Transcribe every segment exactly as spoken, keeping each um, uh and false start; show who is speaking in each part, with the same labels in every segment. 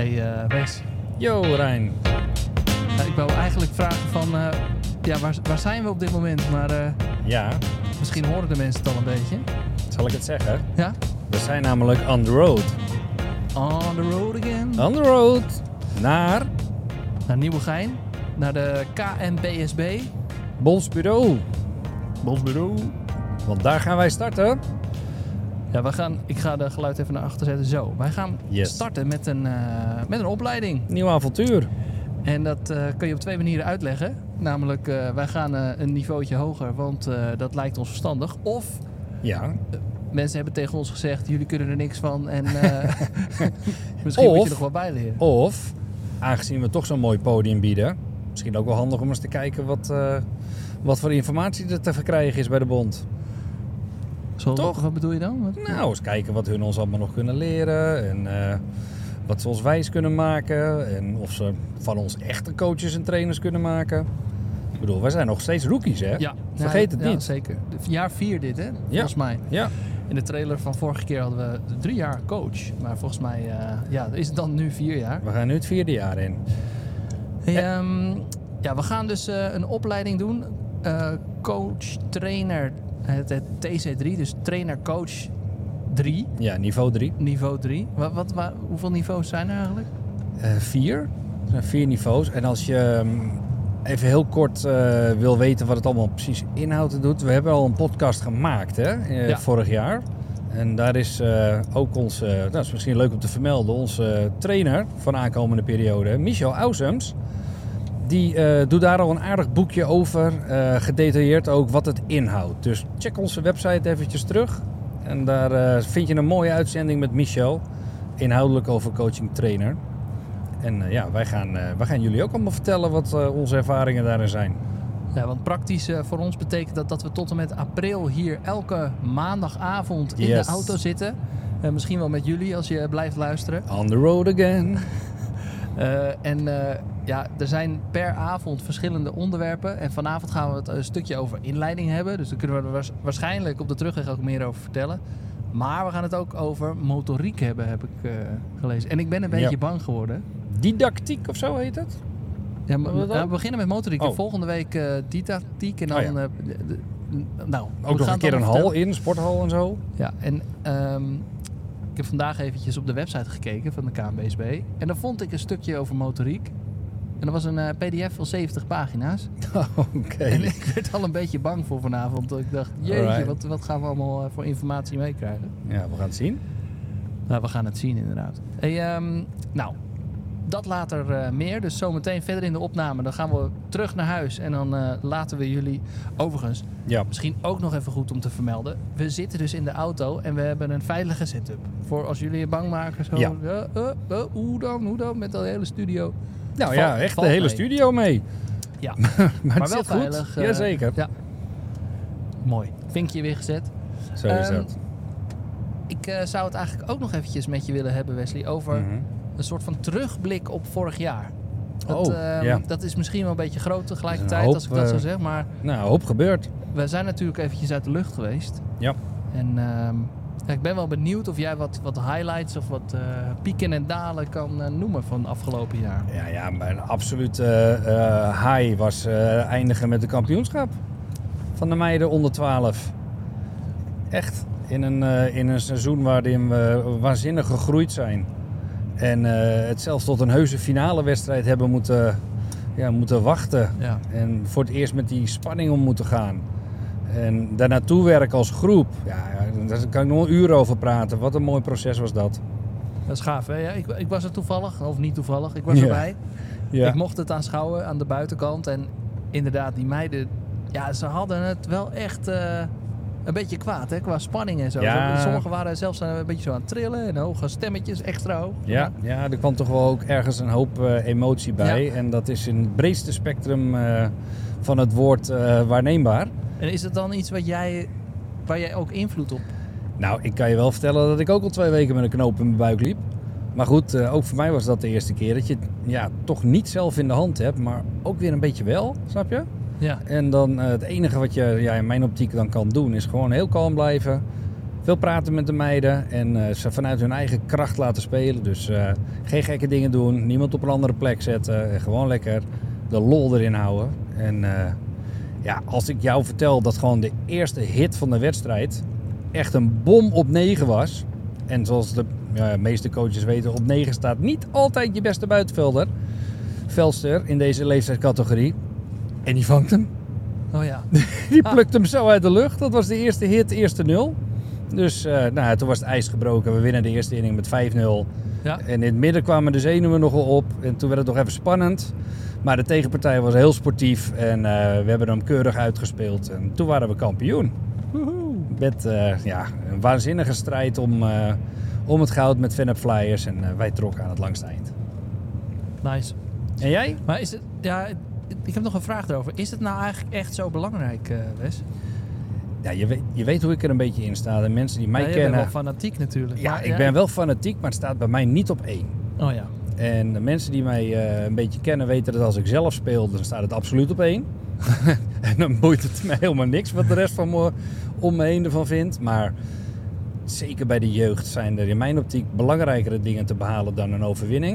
Speaker 1: Hey uh, Wes.
Speaker 2: Yo Rijn.
Speaker 1: Uh, ik wou eigenlijk vragen van, uh, ja, waar, waar zijn we op dit moment? Maar uh,
Speaker 2: Ja.
Speaker 1: misschien horen de mensen het al een beetje.
Speaker 2: Zal ik het zeggen?
Speaker 1: Ja?
Speaker 2: We zijn namelijk on the road.
Speaker 1: On the road again.
Speaker 2: On the road. Naar...
Speaker 1: Naar Nieuwegein. Naar de K N B S B.
Speaker 2: Bonsbureau.
Speaker 1: Bonsbureau.
Speaker 2: Want daar gaan wij starten.
Speaker 1: Ja, we gaan, ik ga de geluid even naar achter zetten. Zo, wij gaan
Speaker 2: Yes.
Speaker 1: starten met een, uh, met een opleiding.
Speaker 2: Nieuw avontuur.
Speaker 1: En dat uh, kun je op twee manieren uitleggen. Namelijk, uh, wij gaan uh, een niveautje hoger, want uh, dat lijkt ons verstandig. Of
Speaker 2: Ja.
Speaker 1: uh, mensen hebben tegen ons gezegd, jullie kunnen er niks van. En uh, misschien
Speaker 2: Of-
Speaker 1: moet je nog wel bijleren.
Speaker 2: Of, aangezien we toch zo'n mooi podium bieden, misschien ook wel handig om eens te kijken wat, uh, wat voor informatie er te verkrijgen is bij de bond.
Speaker 1: Zo,
Speaker 2: toch?
Speaker 1: Wat, wat bedoel je dan? Wat,
Speaker 2: Nou, eens kijken wat hun ons allemaal nog kunnen leren en uh, wat ze ons wijs kunnen maken en of ze van ons echte coaches en trainers kunnen maken. Ik bedoel, wij zijn nog steeds rookies, hè?
Speaker 1: Ja,
Speaker 2: Vergeet
Speaker 1: ja,
Speaker 2: het
Speaker 1: ja,
Speaker 2: niet.
Speaker 1: zeker. Jaar vier dit, hè? Volgens mij.
Speaker 2: Ja.
Speaker 1: In de trailer van vorige keer hadden we drie jaar coach. Maar volgens mij uh, ja, is het dan nu vier jaar.
Speaker 2: We gaan nu het vierde jaar in.
Speaker 1: Hey, um, ja, we gaan dus uh, een opleiding doen. Uh, coach, trainer, het, het T C drie. Dus trainer, coach drie.
Speaker 2: Ja, niveau drie.
Speaker 1: Niveau drie. Wat, wat, waar, hoeveel niveaus zijn er eigenlijk?
Speaker 2: Uh, vier. Er zijn vier niveaus. En als je um, even heel kort uh, wil weten wat het allemaal precies inhoudt doet. We hebben al een podcast gemaakt, hè? Uh,
Speaker 1: Ja.
Speaker 2: Vorig jaar. En daar is uh, ook onze, uh, dat is misschien leuk om te vermelden, onze trainer van de aankomende periode, Michel Ausems. Die uh, doet daar al een aardig boekje over, uh, gedetailleerd ook wat het inhoudt. Dus check onze website eventjes terug. En daar uh, vind je een mooie uitzending met Michel, inhoudelijk over coaching trainer. En uh, ja, wij gaan, uh, wij gaan jullie ook allemaal vertellen wat uh, onze ervaringen daarin zijn.
Speaker 1: Ja, want praktisch uh, voor ons betekent dat dat we tot en met april hier elke maandagavond in
Speaker 2: Yes.
Speaker 1: de auto zitten. Uh, misschien wel met jullie als je blijft luisteren.
Speaker 2: On the road again.
Speaker 1: Uh, en uh, ja, er zijn per avond verschillende onderwerpen. En vanavond gaan we het een stukje over inleiding hebben. Dus daar kunnen we er waars- waarschijnlijk op de terugweg ook meer over vertellen. Maar we gaan het ook over motoriek hebben, heb ik uh, gelezen. En ik ben een beetje
Speaker 2: Ja.
Speaker 1: bang geworden.
Speaker 2: Didactiek of zo heet het?
Speaker 1: Ja, maar,
Speaker 2: Wat dan?
Speaker 1: uh, we beginnen met motoriek.
Speaker 2: Oh.
Speaker 1: Volgende week uh, didactiek. En dan...
Speaker 2: Oh ja.
Speaker 1: uh, de, de, nou, we
Speaker 2: Ook nog
Speaker 1: gaan
Speaker 2: een keer
Speaker 1: het
Speaker 2: een
Speaker 1: allemaal
Speaker 2: hal in, een sporthal en zo.
Speaker 1: Ja, en um, ik heb vandaag eventjes op de website gekeken van de K N B S B. En dan vond ik een stukje over motoriek. En dat was een uh, P D F van zeventig pagina's.
Speaker 2: Oké. Okay.
Speaker 1: En ik werd al een beetje bang voor vanavond. Want ik dacht, jeetje,
Speaker 2: Alright.
Speaker 1: wat, wat gaan we allemaal uh, voor informatie meekrijgen?
Speaker 2: Ja, we gaan het zien.
Speaker 1: Nou, we gaan het zien inderdaad. Hey, um, nou, dat later uh, meer. Dus zometeen verder in de opname. Dan gaan we terug naar huis. En dan uh, laten we jullie... Overigens,
Speaker 2: Ja.
Speaker 1: misschien ook nog even goed om te vermelden. We zitten dus in de auto en we hebben een veilige setup. Voor als jullie je bang maken. Zo,
Speaker 2: Ja.
Speaker 1: ja, uh, uh, hoe dan, hoe dan, met de hele studio.
Speaker 2: Nou
Speaker 1: Val-
Speaker 2: ja, echt de
Speaker 1: valt
Speaker 2: hele
Speaker 1: mee.
Speaker 2: studio mee.
Speaker 1: Ja,
Speaker 2: maar
Speaker 1: maar
Speaker 2: het
Speaker 1: wel
Speaker 2: zit goed.
Speaker 1: veilig. uh,
Speaker 2: Jazeker.
Speaker 1: Ja. Mooi. Vinkje weer gezet.
Speaker 2: Zo is
Speaker 1: Ehm,
Speaker 2: dat.
Speaker 1: Ik uh, zou het eigenlijk ook nog eventjes met je willen hebben, Wesley, over
Speaker 2: Mhm.
Speaker 1: een soort van terugblik op vorig jaar. Dat,
Speaker 2: Oh,
Speaker 1: ehm,
Speaker 2: ja.
Speaker 1: dat is misschien wel een beetje groot tegelijkertijd
Speaker 2: Dat is een hoop,
Speaker 1: als ik dat zo
Speaker 2: uh,
Speaker 1: zeg. Maar
Speaker 2: Nou, hoop gebeurd.
Speaker 1: we zijn natuurlijk eventjes uit de lucht geweest.
Speaker 2: Ja.
Speaker 1: En ehm, ja, ik ben wel benieuwd of jij wat, wat highlights of wat uh, pieken en dalen kan uh, noemen van afgelopen jaar.
Speaker 2: Ja, ja, maar een absolute uh, high was uh, eindigen met de kampioenschap van de meiden onder twaalf. Echt. In een, uh, in een seizoen waarin we waanzinnig gegroeid zijn. En uh, het zelfs tot een heuse finale wedstrijd hebben moeten, ja, moeten wachten.
Speaker 1: Ja.
Speaker 2: En voor het eerst met die spanning om moeten gaan. En daar naartoe werken als groep. Ja, daar kan ik nog een uur over praten. Wat een mooi proces was dat.
Speaker 1: Dat is gaaf, hè? Ja, ik, ik was er toevallig, of niet toevallig, ik was
Speaker 2: Ja.
Speaker 1: erbij.
Speaker 2: Ja.
Speaker 1: Ik mocht het aanschouwen aan de buitenkant. En inderdaad, die meiden, ja, ze hadden het wel echt uh, een beetje kwaad, hè, qua spanning en zo.
Speaker 2: Ja.
Speaker 1: Sommigen waren zelfs een beetje zo aan het trillen en hoge stemmetjes, extra hoog.
Speaker 2: Ja, ja, er kwam toch wel ook ergens een hoop uh, emotie bij.
Speaker 1: Ja.
Speaker 2: En dat is in het breedste spectrum uh, van het woord uh, waarneembaar.
Speaker 1: En is het dan iets wat jij, waar jij ook invloed op?
Speaker 2: Nou, ik kan je wel vertellen dat ik ook al twee weken met een knoop in mijn buik liep. Maar goed, uh, ook voor mij was dat de eerste keer dat je het ja, toch niet zelf in de hand hebt, maar ook weer een beetje wel, snap je?
Speaker 1: Ja.
Speaker 2: En dan uh, het enige wat je ja, in mijn optiek dan kan doen is gewoon heel kalm blijven. Veel praten met de meiden en uh, ze vanuit hun eigen kracht laten spelen. Dus uh, geen gekke dingen doen, niemand op een andere plek zetten. En gewoon lekker de lol erin houden. En uh, ja, als ik jou vertel dat gewoon de eerste hit van de wedstrijd echt een bom op negen was. En zoals de uh, meeste coaches weten, op negen staat niet altijd je beste buitenvelder. Veldster in deze leeftijdscategorie. En die vangt hem.
Speaker 1: Oh ja.
Speaker 2: Die plukt ah. hem zo uit de lucht. Dat was de eerste hit, eerste nul. Dus uh, nou, toen was het ijs gebroken. We winnen de eerste inning met vijf nul. Ja. En in het midden kwamen de zenuwen nogal op. En toen werd het nog even spannend. Maar de tegenpartij was heel sportief. En uh, we hebben hem keurig uitgespeeld. En toen waren we kampioen. Woehoe. Met uh, ja, een waanzinnige strijd om, uh, om het goud met Vennep Flyers. En uh, wij trokken aan het langste eind.
Speaker 1: Nice.
Speaker 2: En jij?
Speaker 1: Maar is het... Ja, ik heb nog een vraag erover. Is het nou eigenlijk echt zo belangrijk, uh, Wes?
Speaker 2: Ja, je weet, je weet hoe ik er een beetje in sta. De mensen die mij
Speaker 1: ja, je
Speaker 2: kennen...
Speaker 1: Je bent wel fanatiek natuurlijk.
Speaker 2: Ja,
Speaker 1: maar,
Speaker 2: ik
Speaker 1: ja.
Speaker 2: ben wel fanatiek, maar het staat bij mij niet op één.
Speaker 1: Oh ja.
Speaker 2: En de mensen die mij uh, een beetje kennen weten dat als ik zelf speel, dan staat het absoluut op één. En dan boeit het mij helemaal niks wat de rest van me om me heen ervan vindt. Maar zeker bij de jeugd zijn er in mijn optiek belangrijkere dingen te behalen dan een overwinning.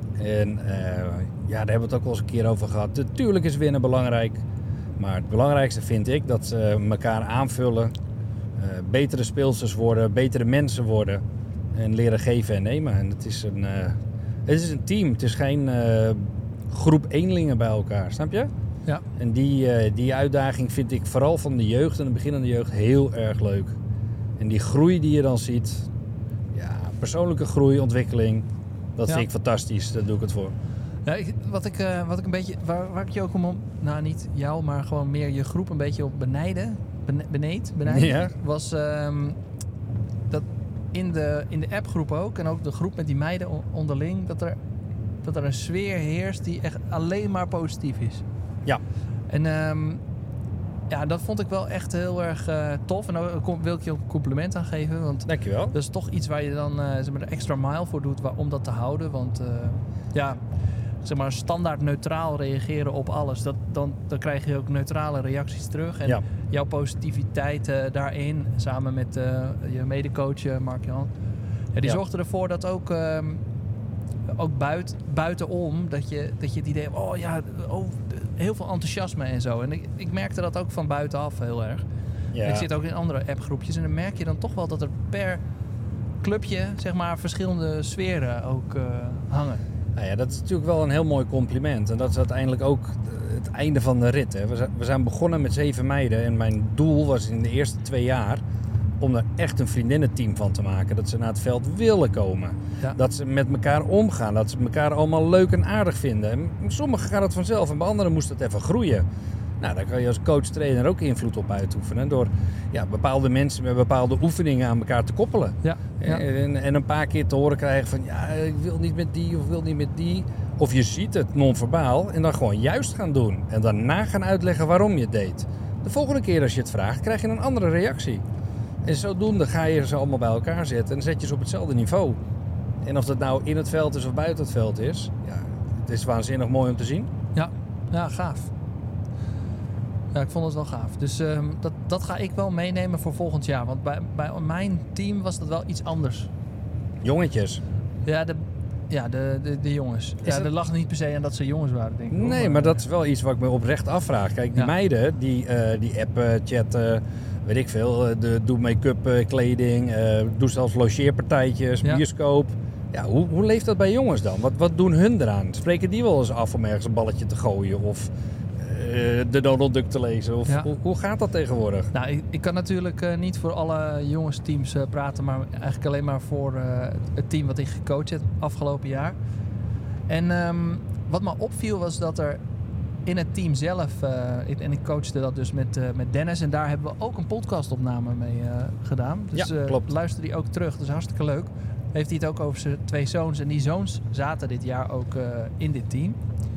Speaker 2: En uh, ja, daar hebben we het ook wel eens een keer over gehad. Natuurlijk is winnen belangrijk. Maar het belangrijkste vind ik dat ze elkaar aanvullen. Uh, betere speelsters worden, betere mensen worden. En leren geven en nemen. En het is een, uh, het is een team. Het is geen uh, groep eenlingen bij elkaar. Snap je?
Speaker 1: Ja.
Speaker 2: En die, uh, die uitdaging vind ik vooral van de jeugd en de beginnende jeugd heel erg leuk. En die groei die je dan ziet. Ja, persoonlijke groei, ontwikkeling. Dat ja. vind ik fantastisch. Daar doe ik het voor.
Speaker 1: Ja, ik, wat, ik, uh, wat ik een beetje, waar, waar ik je ook om, nou niet jou, maar gewoon meer je groep een beetje op benijden, bene, beneed, benijden,
Speaker 2: ja.
Speaker 1: was um, dat in de, in de appgroep ook, en ook de groep met die meiden onderling, dat er, dat er een sfeer heerst die echt alleen maar positief is.
Speaker 2: Ja.
Speaker 1: En um, ja, dat vond ik wel echt heel erg uh, tof. En daar wil ik je ook een compliment aan geven. Want
Speaker 2: dankjewel.
Speaker 1: Dat is toch iets waar je dan uh, zeg maar, de extra mile voor doet waar, om dat te houden. Want uh, ja... zeg maar standaard neutraal reageren op alles. Dat, dan, dan krijg je ook neutrale reacties terug. En ja. jouw positiviteit uh, daarin, samen met uh, je medecoach uh, Mark-Jan, ja, die ja. zorgde ervoor dat ook, um, ook buit, buitenom, dat je, dat je het idee hebt, oh ja, oh, heel veel enthousiasme en zo. En ik, ik merkte dat ook van buitenaf heel erg. Ja. Ik zit ook in andere appgroepjes en dan merk je dan toch wel dat er per clubje, zeg maar, verschillende sferen ook uh, hangen.
Speaker 2: Nou ja, dat is natuurlijk wel een heel mooi compliment. En dat is uiteindelijk ook het einde van de rit. Hè. We zijn begonnen met zeven meiden. En mijn doel was in de eerste twee jaar om er echt een vriendinnenteam van te maken. Dat ze naar het veld willen komen. Ja. Dat ze met elkaar omgaan. Dat ze elkaar allemaal leuk en aardig vinden. En sommigen gaan het vanzelf en bij anderen moest het even groeien. Nou, daar kan je als coach-trainer ook invloed op uitoefenen. Door ja, bepaalde mensen met bepaalde oefeningen aan elkaar te koppelen. Ja, ja. En, en een paar keer te horen krijgen van... ja, ik wil niet met die of ik wil niet met die. Of je ziet het non-verbaal en dan gewoon juist gaan doen. En daarna gaan uitleggen waarom je het deed. De volgende keer als je het vraagt, krijg je een andere reactie. En zodoende ga je ze allemaal bij elkaar zetten. En dan zet je ze op hetzelfde niveau. En of dat nou in het veld is of buiten het veld is... ja, het is waanzinnig mooi om te zien.
Speaker 1: Ja, ja, gaaf. Ja, ik vond het wel gaaf. Dus um, dat, dat ga ik wel meenemen voor volgend jaar. Want bij, bij mijn team was dat wel iets anders.
Speaker 2: Jongetjes?
Speaker 1: Ja, de, ja, de, de, de jongens. Ja, het... Er lag niet per se aan dat ze jongens waren, denk ik.
Speaker 2: Nee, maar, maar dat is wel iets wat ik me oprecht afvraag. Kijk, die ja. meiden, die, uh, die appen, chatten, weet ik veel. Uh, de, doe make-up, uh, kleding, uh, doe zelfs logeerpartijtjes, ja. bioscoop. Ja, hoe, hoe leeft dat bij jongens dan? Wat, wat doen hun eraan? Spreken die wel eens af om ergens een balletje te gooien? Of... de Donald Duck te lezen? Of ja. hoe, hoe gaat dat tegenwoordig?
Speaker 1: Nou, ik, ik kan natuurlijk uh, niet voor alle jongensteams uh, praten, maar eigenlijk alleen maar voor uh, het team wat ik gecoacht heb afgelopen jaar. En um, wat me opviel was dat er in het team zelf, uh, ik, en ik coachte dat dus met, uh, met Dennis, en daar hebben we ook een podcastopname mee uh, gedaan. Dus
Speaker 2: ja, klopt.
Speaker 1: Uh, luister die ook terug, dat is hartstikke leuk. Heeft hij het ook over zijn twee zoons en die zoons zaten dit jaar ook uh, in dit team.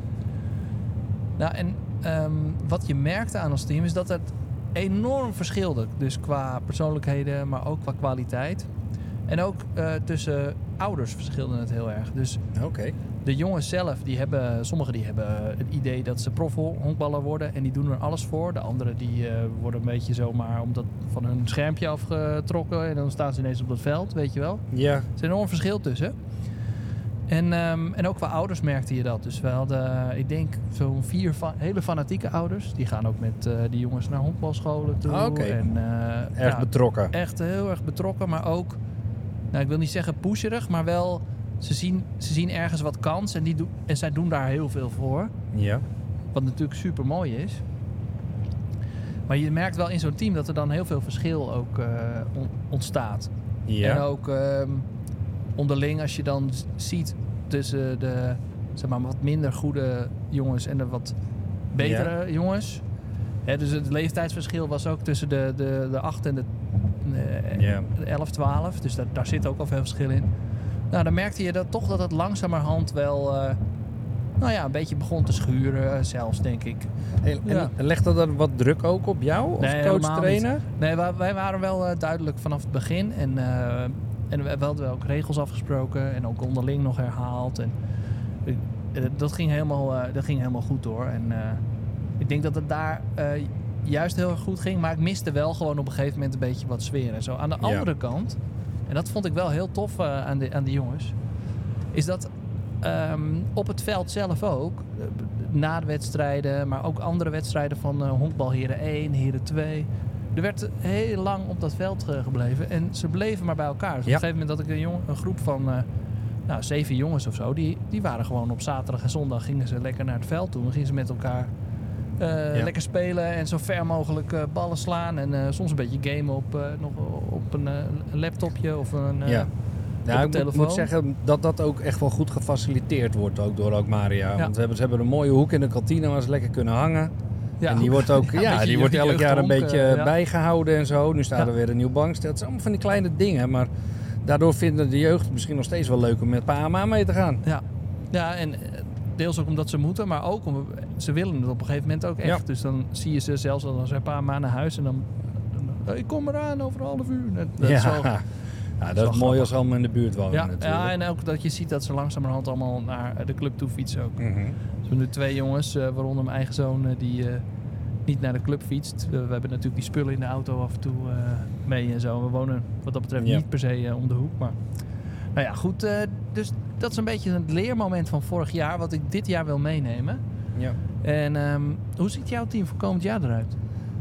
Speaker 1: Nou, en Um, wat je merkte aan ons team is dat het enorm verschilde. Dus qua persoonlijkheden, maar ook qua kwaliteit. En ook uh, tussen ouders verschilde het heel erg. Dus
Speaker 2: okay.
Speaker 1: de jongens zelf, die hebben, sommigen die hebben het idee dat ze profhonkballer worden en die doen er alles voor. De anderen die uh, worden een beetje zomaar omdat van hun schermpje afgetrokken en dan staan ze ineens op dat veld, weet je wel.
Speaker 2: Ja.
Speaker 1: Er is een enorm verschil tussen. En, um, en ook qua ouders merkte je dat. Dus we hadden, ik denk, zo'n vier fa- hele fanatieke ouders. Die gaan ook met uh, die jongens naar honkbalscholen toe.
Speaker 2: Ah, okay.
Speaker 1: En, uh,
Speaker 2: erg
Speaker 1: ja,
Speaker 2: betrokken.
Speaker 1: Echt heel erg betrokken, maar ook, nou, ik wil niet zeggen pusherig, maar wel, ze zien, ze zien ergens wat kans en, die do- en zij doen daar heel veel voor.
Speaker 2: Ja.
Speaker 1: Wat natuurlijk super mooi is. Maar je merkt wel in zo'n team dat er dan heel veel verschil ook uh, on- ontstaat.
Speaker 2: Ja.
Speaker 1: En ook um, onderling, als je dan ziet tussen de, zeg maar, wat minder goede jongens en de wat betere ja. jongens. Hè, dus het leeftijdsverschil was ook tussen de, de, de acht en de, uh, ja. de elf, twaalf. Dus daar, daar zit ook al veel verschil in. Nou, dan merkte je dat toch dat het langzamerhand wel uh, nou ja, een beetje begon te schuren, zelfs, denk ik.
Speaker 2: En, ja. en legt dat dan wat druk ook op jou als
Speaker 1: nee,
Speaker 2: coach-trainer?
Speaker 1: Nee, wij, wij waren wel uh, duidelijk vanaf het begin. En, uh, en we, we hadden ook regels afgesproken en ook onderling nog herhaald. En, uh, dat, ging helemaal, uh, dat ging helemaal goed door. En uh, ik denk dat het daar uh, juist heel erg goed ging. Maar ik miste wel gewoon op een gegeven moment een beetje wat sfeer en zo. Aan de ja. andere kant, en dat vond ik wel heel tof uh, aan, de, aan de jongens, is dat um, op het veld zelf ook, uh, na de wedstrijden, maar ook andere wedstrijden van uh, honkbal Heren één, Heren twee. Er werd heel lang op dat veld uh, gebleven en ze bleven maar bij elkaar. Dus ja. Op een gegeven moment had ik een, jong, een groep van uh, nou, zeven jongens of zo, die, die waren gewoon op zaterdag en zondag gingen ze lekker naar het veld toe. Dan gingen ze met elkaar uh, ja. lekker spelen en zo ver mogelijk uh, ballen slaan en uh, soms een beetje gamen op, uh, nog op een, uh, een laptopje of een... Uh,
Speaker 2: ja. Ja, ik moet, moet zeggen dat dat ook echt wel goed gefaciliteerd wordt ook door Alkmaria. Ja. Want ze hebben, ze hebben een mooie hoek in de kantine waar ze lekker kunnen hangen. Ja, en die wordt ook ja, ja, die wordt elk jaar een beetje ja. bijgehouden en zo. Nu staat ja. er weer een nieuw bankstel. Het zijn allemaal van die kleine dingen, maar daardoor vinden de jeugd misschien nog steeds wel leuk om met pa en ma mee te gaan.
Speaker 1: Ja, ja, en deels ook omdat ze moeten, maar ook om, ze willen het op een gegeven moment ook echt. Ja. Dus dan zie je ze zelfs al dan zijn pa en ma naar huis en dan, dan ik kom eraan over een half uur. Dat, dat
Speaker 2: ja.
Speaker 1: is wel,
Speaker 2: Ja, dat is mooi als ze allemaal in de buurt wonen
Speaker 1: ja,
Speaker 2: natuurlijk.
Speaker 1: Ja, en ook dat je ziet dat ze langzamerhand allemaal naar de club toe fietsen ook. Mm-hmm. Dus we hebben nu twee jongens, uh, waaronder mijn eigen zoon, uh, die uh, niet naar de club fietst. We, we hebben natuurlijk die spullen in de auto af en toe uh, mee en zo. We wonen wat dat betreft ja. niet per se uh, om de hoek. Maar nou ja, goed. Uh, dus dat is een beetje het leermoment van vorig jaar, wat ik dit jaar wil meenemen.
Speaker 2: Ja.
Speaker 1: En um, hoe ziet jouw team voor komend jaar eruit?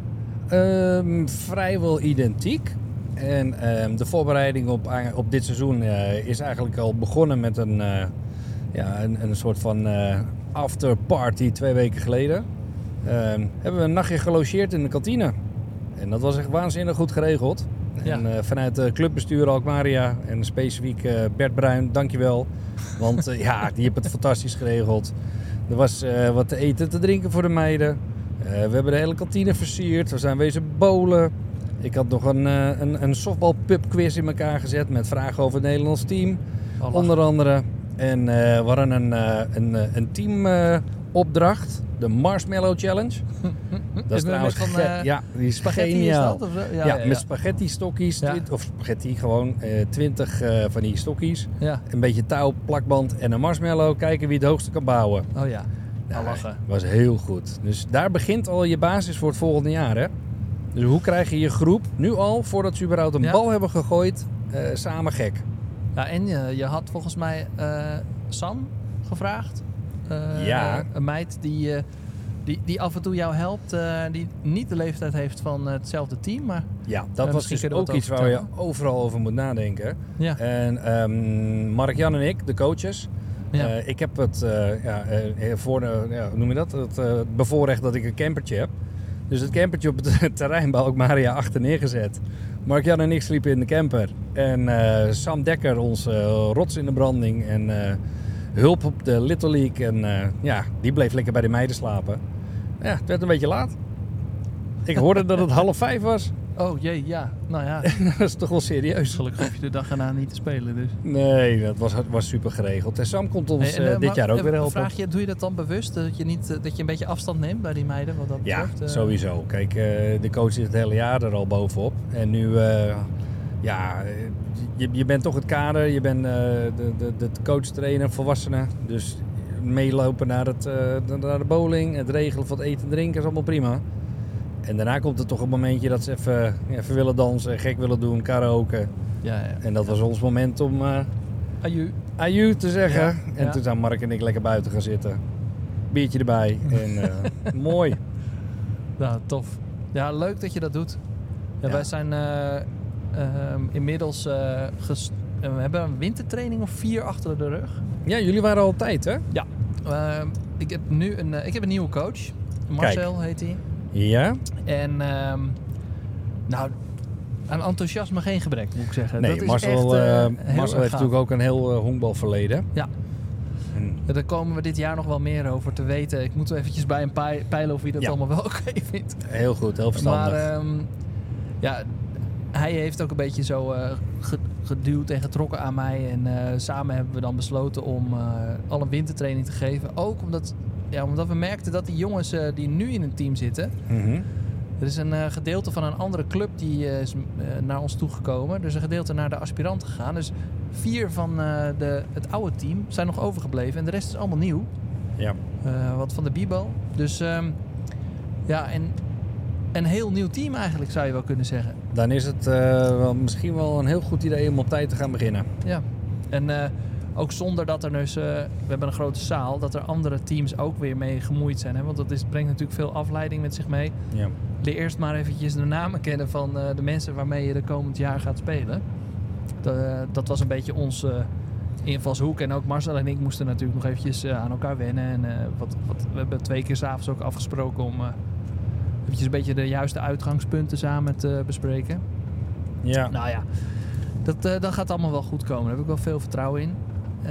Speaker 2: Um, vrijwel identiek. En um, de voorbereiding op, op dit seizoen uh, is eigenlijk al begonnen met een, uh, ja, een, een soort van uh, afterparty twee weken geleden. Um, hebben we een nachtje gelogeerd in de kantine. En dat was echt waanzinnig goed geregeld. Ja. En uh, vanuit het clubbestuur Alkmaria en specifiek uh, Bert Bruin, dankjewel. Want uh, ja, die heeft het fantastisch geregeld. Er was uh, wat te eten te drinken voor de meiden. Uh, we hebben de hele kantine versierd. We zijn wezen bowlen. Ik had nog een, een, een softball-pubquiz in elkaar gezet met vragen over het Nederlands team. Oh, onder andere. En uh, we hadden een, uh, een, een teamopdracht. Uh, de Marshmallow Challenge. Dat is trouwens van, ge- uh, ja, die is geniaal. Is dat, of zo? Ja, ja, ja, met spaghetti stokjes. Ja. Of spaghetti gewoon. Uh, twintig uh, van die stokjes. Ja. Een beetje touw, plakband en een marshmallow. Kijken wie het hoogste kan bouwen.
Speaker 1: Oh ja.
Speaker 2: Nou, lachen. Was heel goed. Dus daar begint al je basis voor het volgende jaar, hè? Dus hoe krijg je je groep nu al, voordat ze überhaupt een ja. bal hebben gegooid, uh, samen gek?
Speaker 1: Ja, en je, je had volgens mij uh, Sam gevraagd. Uh,
Speaker 2: ja.
Speaker 1: Een meid die, uh, die, die af en toe jou helpt, uh, die niet de leeftijd heeft van uh, hetzelfde team. Maar,
Speaker 2: ja, dat uh, was dus ook iets waar je overal over moet nadenken. Ja. En um, Mark-Jan en ik, de coaches... Ja. Uh, ik heb het uh, ja, uh, voor de, ja, hoe noem je dat? Het uh, bevoorrecht dat ik een campertje heb. Dus het campertje op het terrein bij Alkmaria achter neergezet. Mark-Jan en ik sliepen in de camper. En uh, Sam Dekker, onze uh, rots in de branding. En uh, hulp op de Little League. En uh, ja, die bleef lekker bij de meiden slapen. Ja, het werd een beetje laat. Ik hoorde dat het half vijf was.
Speaker 1: Oh jee, ja. Nou ja.
Speaker 2: Dat is toch wel serieus.
Speaker 1: Gelukkig hoef je de dag erna niet te spelen dus.
Speaker 2: Nee, dat was, was super geregeld. En Sam komt ons hey, en, uh, dit maar, jaar ook weer helpen.
Speaker 1: Vraag je, doe je dat dan bewust? Dat je, niet, dat je een beetje afstand neemt bij die meiden? Wat dat
Speaker 2: ja,
Speaker 1: betreft, uh...
Speaker 2: sowieso. Kijk, uh, de coach zit het hele jaar er al bovenop. En nu, uh, ja, je, je bent toch het kader, je bent uh, de, de, de coach, trainer, volwassenen. Dus meelopen naar, het, uh, naar de bowling, het regelen van het eten en drinken is allemaal prima. En daarna komt er toch een momentje dat ze even, ja, even willen dansen, gek willen doen, karaoke.
Speaker 1: Ja, ja.
Speaker 2: En dat was ons moment om uh,
Speaker 1: aju.
Speaker 2: aju te zeggen.
Speaker 1: Ja,
Speaker 2: en
Speaker 1: ja.
Speaker 2: toen zijn Mark en ik lekker buiten gaan zitten. Biertje erbij. En uh, mooi.
Speaker 1: Nou, tof. Ja, leuk dat je dat doet. Ja,
Speaker 2: Ja.
Speaker 1: Wij zijn uh, um, inmiddels... Uh, gest- uh, we hebben een wintertraining of vier achter de rug.
Speaker 2: Ja, jullie waren al tijd, hè?
Speaker 1: Ja. Uh, ik, heb nu een, uh, ik heb een nieuwe coach. Marcel Kijk. heet hij.
Speaker 2: Ja.
Speaker 1: En um, nou, aan enthousiasme geen gebrek, moet ik zeggen.
Speaker 2: Nee,
Speaker 1: dat
Speaker 2: Marcel,
Speaker 1: is echt, uh,
Speaker 2: uh,
Speaker 1: heel
Speaker 2: Marcel heeft
Speaker 1: gaaf.
Speaker 2: natuurlijk ook een heel uh, honkbalverleden.
Speaker 1: Ja.
Speaker 2: En...
Speaker 1: ja. Daar komen we dit jaar nog wel meer over te weten. Ik moet eventjes bij een pei- peilen of hij dat
Speaker 2: ja.
Speaker 1: allemaal wel oké okay vindt.
Speaker 2: Heel goed, heel verstandig.
Speaker 1: Maar um, ja, hij heeft ook een beetje zo uh, geduwd en getrokken aan mij. En uh, samen hebben we dan besloten om uh, al een wintertraining te geven. Ook omdat, ja, omdat we merkten dat die jongens uh, die nu in een team zitten...
Speaker 2: Mm-hmm.
Speaker 1: Er is een uh, gedeelte van een andere club die uh, is uh, naar ons toegekomen. Er is een gedeelte naar de aspiranten gegaan. Dus vier van uh, de, het oude team zijn nog overgebleven. En de rest is allemaal nieuw.
Speaker 2: Ja.
Speaker 1: Uh, wat van de Bibo. Dus um, ja, en een heel nieuw team eigenlijk zou je wel kunnen zeggen.
Speaker 2: Dan is het uh, wel, misschien wel een heel goed idee om op tijd te gaan beginnen.
Speaker 1: Ja, en uh, ook zonder dat er dus... Uh, we hebben een grote zaal. Dat er andere teams ook weer mee gemoeid zijn. Hè? Want dat is, brengt natuurlijk veel afleiding met zich mee.
Speaker 2: Ja.
Speaker 1: Leer eerst maar eventjes de namen kennen van uh, de mensen waarmee je de komend jaar gaat spelen. De, dat was een beetje onze uh, invalshoek. En ook Marcel en ik moesten natuurlijk nog eventjes uh, aan elkaar wennen. En uh, wat, wat, we hebben twee keer 's avonds ook afgesproken om uh, eventjes een beetje de juiste uitgangspunten samen te bespreken.
Speaker 2: Ja.
Speaker 1: Nou ja, dat, uh, dat gaat allemaal wel goed komen. Daar heb ik wel veel vertrouwen in.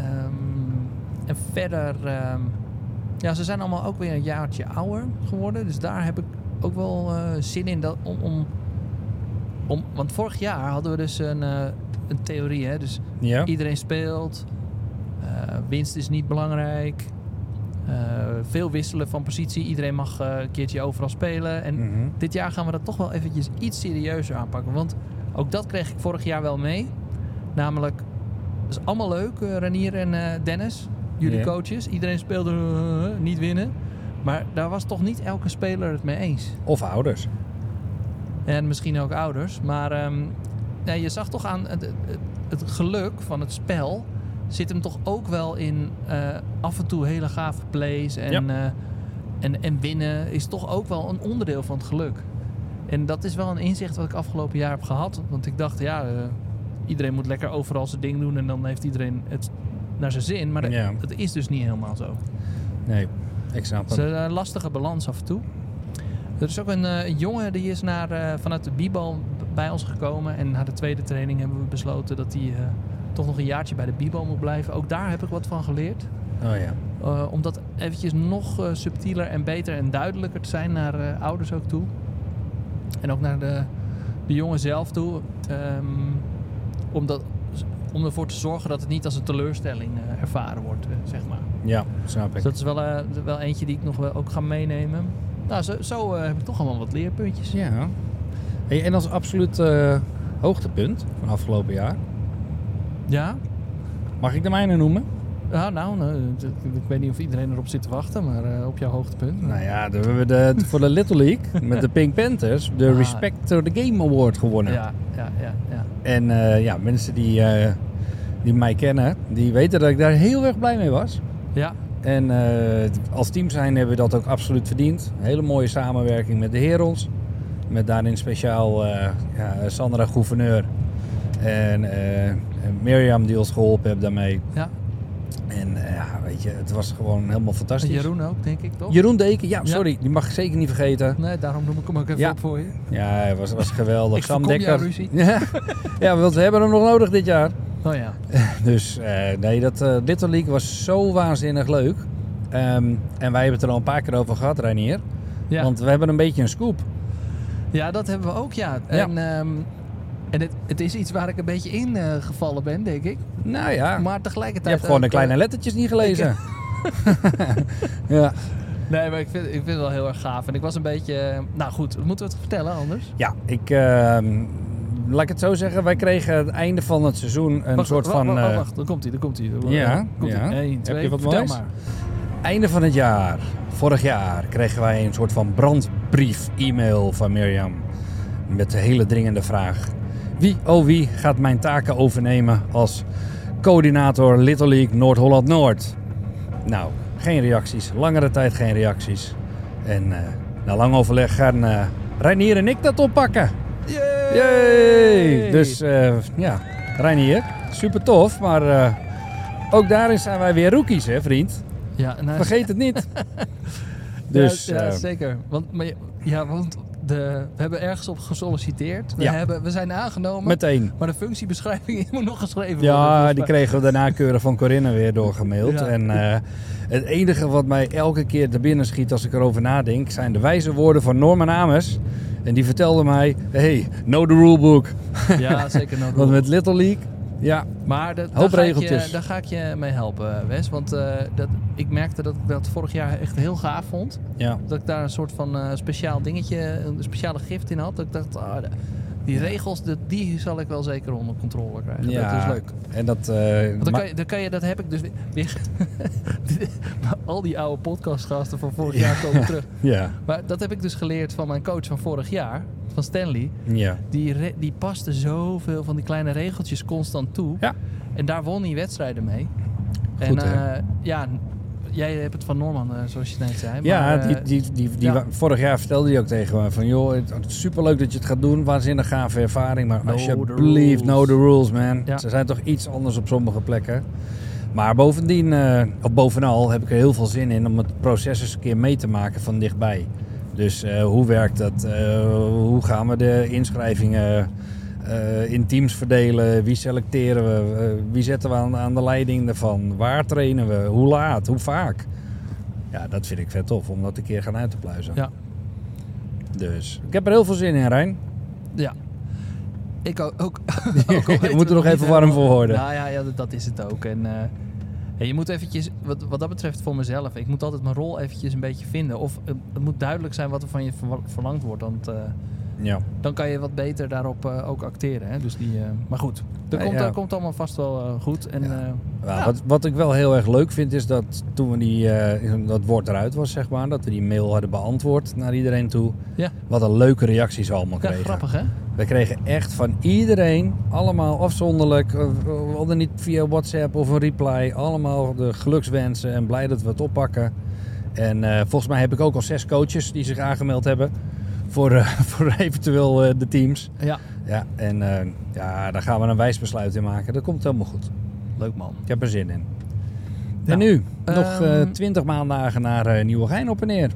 Speaker 1: Um, en verder, um, ja, ze zijn allemaal ook weer een jaartje ouder geworden. Dus daar heb ik ook wel uh, zin in dat, om, om, om... Want vorig jaar hadden we dus een, uh, een theorie. Hè? Dus
Speaker 2: ja.
Speaker 1: Iedereen speelt. Uh, winst is niet belangrijk. Uh, veel wisselen van positie. Iedereen mag uh, een keertje overal spelen. En
Speaker 2: Mm-hmm.
Speaker 1: dit jaar gaan we dat toch wel eventjes iets serieuzer aanpakken. Want ook dat kreeg ik vorig jaar wel mee. Namelijk, dat is allemaal leuk, uh, Ranier en uh, Dennis. Jullie
Speaker 2: yeah.
Speaker 1: coaches. Iedereen speelde uh, niet winnen. Maar daar was toch niet elke speler het mee eens.
Speaker 2: Of ouders.
Speaker 1: En misschien ook ouders. Maar um, ja, je zag toch aan het, het, het geluk van het spel... zit hem toch ook wel in uh, af en toe hele gave plays. En,
Speaker 2: ja.
Speaker 1: uh, en, en winnen is toch ook wel een onderdeel van het geluk. En dat is wel een inzicht wat ik afgelopen jaar heb gehad. Want ik dacht, ja, uh, iedereen moet lekker overal zijn ding doen... en dan heeft iedereen het naar zijn zin. Maar dat,
Speaker 2: ja.
Speaker 1: dat is dus niet helemaal zo.
Speaker 2: Nee, ik snap het.
Speaker 1: Het is een lastige balans af en toe. Er is ook een uh, jongen die is naar, uh, vanuit de Bibo bij ons gekomen. En na de tweede training hebben we besloten dat hij uh, toch nog een jaartje bij de Bibo moet blijven. Ook daar heb ik wat van geleerd.
Speaker 2: Oh ja.
Speaker 1: Uh, om dat eventjes nog uh, subtieler en beter en duidelijker te zijn naar uh, ouders ook toe. En ook naar de, de jongen zelf toe. Um, om, dat, om ervoor te zorgen dat het niet als een teleurstelling uh, ervaren wordt, uh, zeg maar.
Speaker 2: Ja, snap ik.
Speaker 1: Dus dat is wel, uh, wel eentje die ik nog wel ook ga meenemen. Nou, zo, zo uh, heb ik toch allemaal wat leerpuntjes.
Speaker 2: Ja. Hey, en als absoluut uh, hoogtepunt van afgelopen jaar?
Speaker 1: Ja?
Speaker 2: Mag ik de mijne noemen?
Speaker 1: Ja, nou, nou ik weet niet of iedereen erop zit te wachten, maar uh, op jouw hoogtepunt.
Speaker 2: Nou ja, we hebben de, voor de Little League met de Pink Panthers de ah. Respect to the Game Award gewonnen.
Speaker 1: Ja, ja, ja. ja.
Speaker 2: En uh, ja, mensen die, uh, die mij kennen, die weten dat ik daar heel erg blij mee was.
Speaker 1: Ja.
Speaker 2: En uh, als team zijn hebben we dat ook absoluut verdiend. Een hele mooie samenwerking met de Herons. Met daarin speciaal uh, ja, Sandra Gouverneur en uh, Mirjam die ons geholpen heeft daarmee.
Speaker 1: Ja.
Speaker 2: En uh, ja, weet je, het was gewoon helemaal fantastisch.
Speaker 1: En Jeroen ook, denk ik, toch?
Speaker 2: Jeroen Deken, ja, sorry,
Speaker 1: ja.
Speaker 2: die mag ik zeker niet vergeten.
Speaker 1: Nee, daarom noem ik hem ook even
Speaker 2: ja.
Speaker 1: op voor je.
Speaker 2: Ja, hij was, was geweldig.
Speaker 1: Ik
Speaker 2: Sam
Speaker 1: Dekker.
Speaker 2: Jouw
Speaker 1: ruzie.
Speaker 2: ja, ja, want we hebben hem nog nodig dit jaar.
Speaker 1: Oh ja.
Speaker 2: Dus uh, nee, dat uh, Little League was zo waanzinnig leuk. Um, en wij hebben het er al een paar keer over gehad, Reinier.
Speaker 1: Ja.
Speaker 2: Want we hebben een beetje een scoop.
Speaker 1: Ja, dat hebben we ook, ja.
Speaker 2: ja.
Speaker 1: En, um, en het, het is iets waar ik een beetje in uh, gevallen ben, denk ik.
Speaker 2: Nou ja.
Speaker 1: Maar tegelijkertijd...
Speaker 2: Je hebt gewoon de kleine lettertjes niet gelezen. ja.
Speaker 1: Nee, maar ik vind, ik vind het wel heel erg gaaf. En ik was een beetje... Nou goed, moeten we het vertellen anders?
Speaker 2: Ja, ik uh, laat ik het zo zeggen. Wij kregen het einde van het seizoen een
Speaker 1: wacht,
Speaker 2: soort
Speaker 1: wacht,
Speaker 2: van...
Speaker 1: Wacht, wacht,
Speaker 2: uh,
Speaker 1: wacht, dan komt hij, dan komt hij.
Speaker 2: Ja,
Speaker 1: komt
Speaker 2: ja.
Speaker 1: één, twee,
Speaker 2: Heb je wat
Speaker 1: vertel
Speaker 2: moois?
Speaker 1: maar.
Speaker 2: Einde van het jaar, vorig jaar, kregen wij een soort van brandbrief, e-mail van Mirjam. Met de hele dringende vraag. Wie, oh wie, gaat mijn taken overnemen als coördinator Little League Noord-Holland-Noord? Nou, geen reacties. Langere tijd geen reacties. En uh, na lang overleg gaan uh, Reinier en ik dat oppakken.
Speaker 1: Yay!
Speaker 2: Yay! Dus uh, ja, Reinier, super tof. Maar uh, ook daarin zijn wij weer rookies, hè vriend?
Speaker 1: Ja, nou,
Speaker 2: vergeet het niet. Dus,
Speaker 1: ja, ja
Speaker 2: uh,
Speaker 1: zeker. Want, maar, ja, want de, we hebben ergens op gesolliciteerd. We,
Speaker 2: ja.
Speaker 1: hebben, we zijn aangenomen.
Speaker 2: Meteen.
Speaker 1: Maar de functiebeschrijving moet nog geschreven worden.
Speaker 2: Ja, die kregen we daarna keurig van Corinne weer doorgemaild.
Speaker 1: Ja.
Speaker 2: En uh, het enige wat mij elke keer te binnen schiet als ik erover nadenk, zijn de wijze woorden van Norman Ames. En die vertelde mij, hey, know the rulebook.
Speaker 1: Ja, zeker. No
Speaker 2: Want met Little League, ja,
Speaker 1: maar de,
Speaker 2: hoop
Speaker 1: daar, ga
Speaker 2: regeltjes.
Speaker 1: je, daar ga ik je mee helpen, Wes. Want uh, dat, ik merkte dat ik dat vorig jaar echt heel gaaf vond.
Speaker 2: Ja.
Speaker 1: Dat ik daar een soort van uh, speciaal dingetje, een speciale gift in had. Dat ik dacht, ah, de, die regels, de, die zal ik wel zeker onder controle krijgen.
Speaker 2: Ja,
Speaker 1: dat is leuk.
Speaker 2: En dat, uh,
Speaker 1: Want dan
Speaker 2: ma-
Speaker 1: kan je, dan kan je, dat heb ik dus weer... weer al die oude podcastgasten van vorig
Speaker 2: Ja.
Speaker 1: jaar komen terug.
Speaker 2: Ja,
Speaker 1: Maar dat heb ik dus geleerd van mijn coach van vorig jaar, van Stanley.
Speaker 2: ja.
Speaker 1: Die, re- die paste zoveel van die kleine regeltjes constant toe.
Speaker 2: Ja.
Speaker 1: En daar won hij wedstrijden mee.
Speaker 2: Goed,
Speaker 1: en
Speaker 2: hè?
Speaker 1: uh, ja, jij hebt het van Norman, uh, zoals je net zei.
Speaker 2: Ja,
Speaker 1: maar, uh,
Speaker 2: die, die, die, die
Speaker 1: ja.
Speaker 2: wa- vorig jaar vertelde hij ook tegen me van, joh, het is superleuk dat je het gaat doen, waanzinnig gave ervaring, maar
Speaker 1: Know the
Speaker 2: alsjeblieft, know the rules, man.
Speaker 1: Ja.
Speaker 2: Ze zijn toch iets anders op sommige plekken. Maar bovendien, uh, of bovenal, heb ik er heel veel zin in om het proces eens een keer mee te maken van dichtbij. Dus uh, hoe werkt dat? Uh, hoe gaan we de inschrijvingen uh, in teams verdelen? Wie selecteren we? Uh, wie zetten we aan, aan de leiding ervan? Waar trainen we? Hoe laat? Hoe vaak? Ja, dat vind ik vet tof om dat een keer gaan uit te pluizen.
Speaker 1: Ja.
Speaker 2: Dus ik heb er heel veel zin in, Rijn.
Speaker 1: Ja. Ik ook. ook,
Speaker 2: Je
Speaker 1: weten
Speaker 2: moet er
Speaker 1: we
Speaker 2: nog
Speaker 1: niet
Speaker 2: even warm voor
Speaker 1: helemaal-
Speaker 2: worden.
Speaker 1: Nou ja, ja dat, dat is het ook. En uh, ja, je moet eventjes, wat, wat dat betreft voor mezelf, ik moet altijd mijn rol eventjes een beetje vinden. Of uh, het moet duidelijk zijn wat er van je verwa- verlangd wordt. Want uh,
Speaker 2: Ja.
Speaker 1: dan kan je wat beter daarop uh, ook acteren. Hè? Dus die, uh, maar goed, dat
Speaker 2: Ja,
Speaker 1: komt,
Speaker 2: ja.
Speaker 1: dat komt allemaal vast wel uh, goed. En,
Speaker 2: Ja.
Speaker 1: uh,
Speaker 2: Ja,
Speaker 1: ja.
Speaker 2: Wat, wat ik wel heel erg leuk vind is dat toen we die, uh, dat woord eruit was, zeg maar, dat we die mail hadden beantwoord naar iedereen toe.
Speaker 1: Ja.
Speaker 2: Wat een leuke reacties we allemaal
Speaker 1: Ja,
Speaker 2: kregen.
Speaker 1: grappig hè?
Speaker 2: We kregen echt van iedereen, allemaal afzonderlijk, uh, we hadden niet via WhatsApp of een reply, allemaal de gelukswensen en blij dat we het oppakken. En uh, volgens mij heb ik ook al zes coaches die zich aangemeld hebben voor, uh, voor eventueel uh, de teams.
Speaker 1: Ja,
Speaker 2: Ja, en uh, ja, daar gaan we een wijs besluit in maken. Dat komt helemaal goed.
Speaker 1: leuk man.
Speaker 2: Ik heb er zin in.
Speaker 1: Ja.
Speaker 2: En nu, nog uh,
Speaker 1: Ehm.
Speaker 2: twintig maandagen naar uh, Nieuwegein op en neer.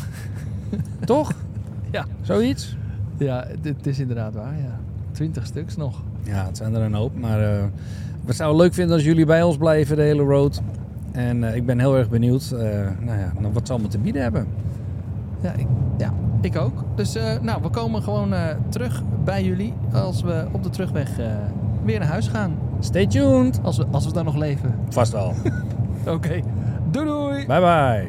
Speaker 2: Toch?
Speaker 1: Ja.
Speaker 2: Zoiets?
Speaker 1: Ja, dit is inderdaad waar. Ja. Twintig stuks nog.
Speaker 2: Ja, het zijn er een hoop. Maar uh, we zouden het leuk vinden als jullie bij ons blijven de hele road. En uh, ik ben heel erg benieuwd uh, nou ja, wat ze allemaal te bieden hebben.
Speaker 1: Ja, ik, ja, ik ook. Dus uh, nou, we komen gewoon uh, terug bij jullie als we op de terugweg uh, weer naar huis gaan.
Speaker 2: Stay tuned.
Speaker 1: Als we, als we dan nog leven.
Speaker 2: Vast wel.
Speaker 1: Oké, okay. Doei doei!
Speaker 2: Bye bye.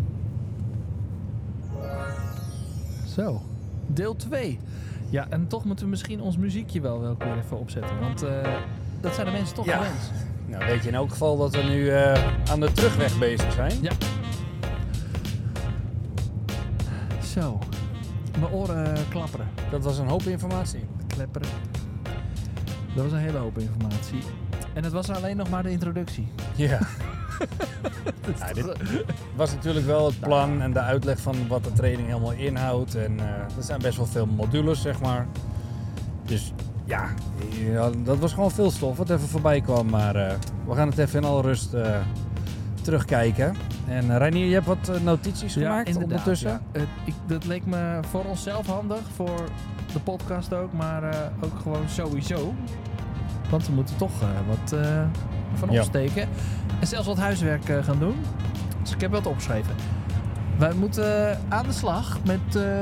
Speaker 1: Zo, deel twee. Ja, en toch moeten we misschien ons muziekje wel, wel weer even opzetten. Want uh, dat zijn de mensen toch
Speaker 2: Ja.
Speaker 1: gewend.
Speaker 2: Nou, weet je in elk geval dat we nu uh, aan de terugweg bezig zijn?
Speaker 1: Ja. Zo, mijn oren uh, klapperen.
Speaker 2: Dat was een hoop informatie.
Speaker 1: Klepperen. Dat was een hele hoop informatie. En het was alleen nog maar de introductie.
Speaker 2: Ja. Ja, dit was natuurlijk wel het plan en de uitleg van wat de training helemaal inhoudt. En uh, er zijn best wel veel modules, zeg maar. Dus ja, ja, dat was gewoon veel stof wat even voorbij kwam. Maar uh, we gaan het even in alle rust uh, terugkijken. En uh, Reinier, je hebt wat uh, notities gemaakt
Speaker 1: inderdaad,
Speaker 2: ondertussen?
Speaker 1: Ja. Uh, ik, dat leek me voor onszelf handig, voor de podcast ook, maar uh, ook gewoon sowieso. Want we moeten toch uh, wat uh, van
Speaker 2: Ja.
Speaker 1: opsteken. En zelfs wat huiswerk uh, gaan doen. Dus ik heb wat opgeschreven. Wij moeten uh, aan de slag met uh,